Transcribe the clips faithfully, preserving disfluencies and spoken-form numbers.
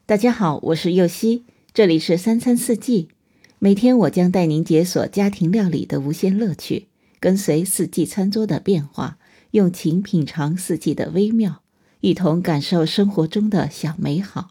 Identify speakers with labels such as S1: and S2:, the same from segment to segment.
S1: 大家好，我是柚希，这里是三餐四季。每天我将带您解锁家庭料理的无限乐趣，跟随四季餐桌的变化，用情品尝四季的微妙，一同感受生活中的小美好。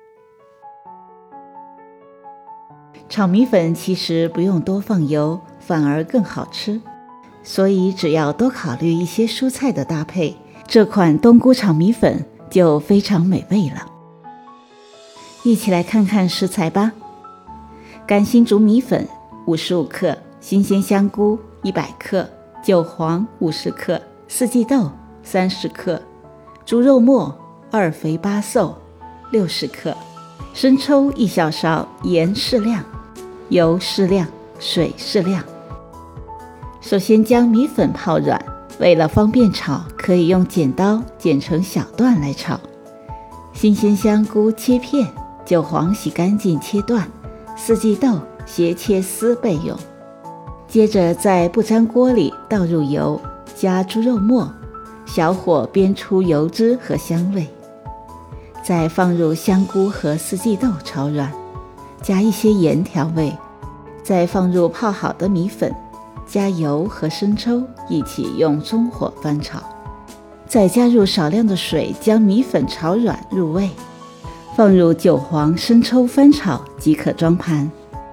S1: 炒米粉其实不用多放油，反而更好吃，所以只要多考虑一些蔬菜的搭配，这款冬菇炒米粉就非常美味了。一起来看看食材吧。干新竹米粉五十五克，新鲜香菇一百克，韭黄五十克，四季豆三十克，猪肉末二肥八瘦六十克，生抽一小勺，盐适量，油适量，水适量。首先将米粉泡软，为了方便炒，可以用剪刀剪成小段来炒。新鲜香菇切片，韭黄洗干净切段，四季豆斜切丝备用。接着在不粘锅里倒入油，加猪肉末，小火煸出油脂和香味，再放入香菇和四季豆炒软，加一些盐调味，再放入泡好的米粉，加油和生抽一起用中火翻炒，再加入少量的水将米粉炒软入味，放入韭黄、生抽翻炒即可装盘。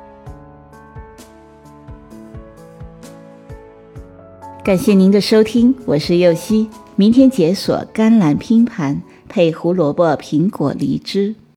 S1: 感谢您的收听，我是柚希，明天解锁甘蓝拼盘配胡萝卜、苹果、梨汁。